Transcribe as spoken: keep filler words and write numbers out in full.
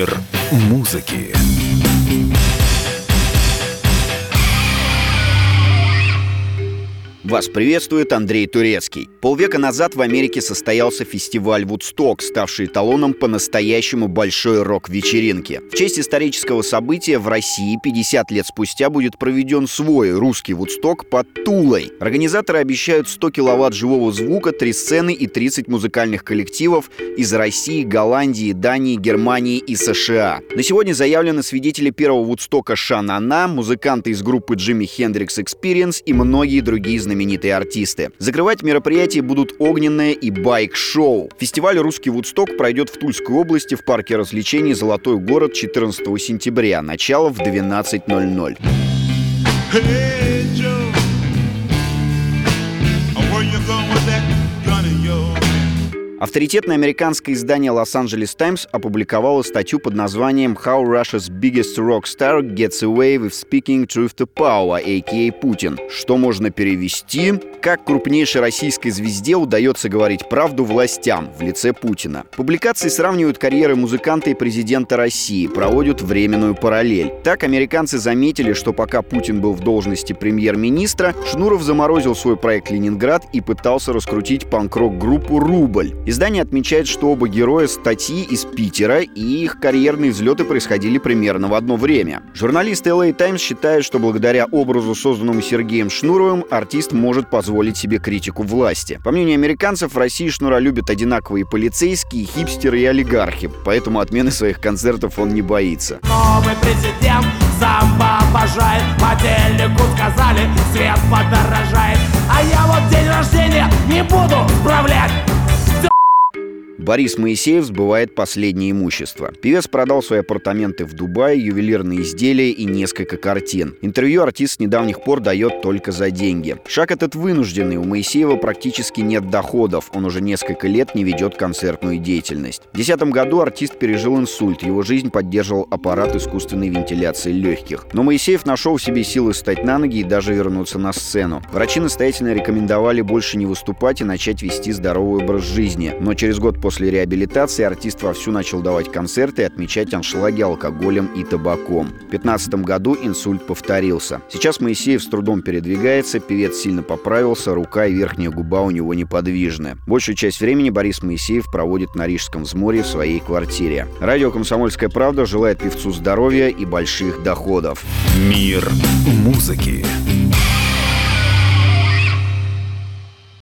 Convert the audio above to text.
Мир музыки. Вас приветствует Андрей Турецкий. Полвека назад в Америке состоялся фестиваль «Вудсток», ставший эталоном по-настоящему большой рок-вечеринки. В честь исторического события в России пятьдесят лет спустя будет проведен свой русский «Вудсток» под Тулой. Организаторы обещают сто киловатт живого звука, три сцены и тридцать музыкальных коллективов из России, Голландии, Дании, Германии и США. На сегодня заявлены свидетели первого «Вудстока» Ша-На-На, музыканты из группы Jimi Hendrix Experience и многие другие знаменитые знаменитые артисты. Закрывать мероприятие будут огненное и байк-шоу. Фестиваль «Русский Вудсток» пройдет в Тульской области в парке развлечений «Золотой город» четырнадцатого сентября. Начало в двенадцать ноль ноль. Hey, Joe. Where you going with that gun in your... Авторитетное американское издание «Лос-Анджелес Таймс» опубликовало статью под названием «How Russia's biggest rock star gets away with speaking truth to power, а ка а. Путин». Что можно перевести? Как крупнейшей российской звезде удается говорить правду властям в лице Путина. Публикации сравнивают карьеры музыканта и президента России, проводят временную параллель. Так, американцы заметили, что пока Путин был в должности премьер-министра, Шнуров заморозил свой проект «Ленинград» и пытался раскрутить панк-рок-группу «Рубль». Издание отмечает, что оба героя статьи из Питера, и их карьерные взлеты происходили примерно в одно время. Журналист эл эй Таймс считает, что благодаря образу, созданному Сергеем Шнуровым, артист может позволить себе критику власти. По мнению американцев, в России Шнура любят одинаковые полицейские, хипстеры и олигархи, поэтому отмены своих концертов он не боится. Новый президент самбо обожает, модельнику сказали, свет подорожает, а я вот день рождения не буду справлять. Борис Моисеев сбывает последнее имущество. Певец продал свои апартаменты в Дубае, ювелирные изделия и несколько картин. Интервью артист с недавних пор дает только за деньги. Шаг этот вынужденный. У Моисеева практически нет доходов. Он уже несколько лет не ведет концертную деятельность. В две тысячи десятом году артист пережил инсульт. Его жизнь поддерживал аппарат искусственной вентиляции легких. Но Моисеев нашел в себе силы встать на ноги и даже вернуться на сцену. Врачи настоятельно рекомендовали больше не выступать и начать вести здоровый образ жизни. Но через год после После реабилитации артист вовсю начал давать концерты и отмечать аншлаги алкоголем и табаком. В две тысячи пятнадцатом году инсульт повторился. Сейчас Моисеев с трудом передвигается, певец сильно поправился, рука и верхняя губа у него неподвижны. Большую часть времени Борис Моисеев проводит на Рижском взморье в своей квартире. Радио «Комсомольская правда» желает певцу здоровья и больших доходов. Мир музыки.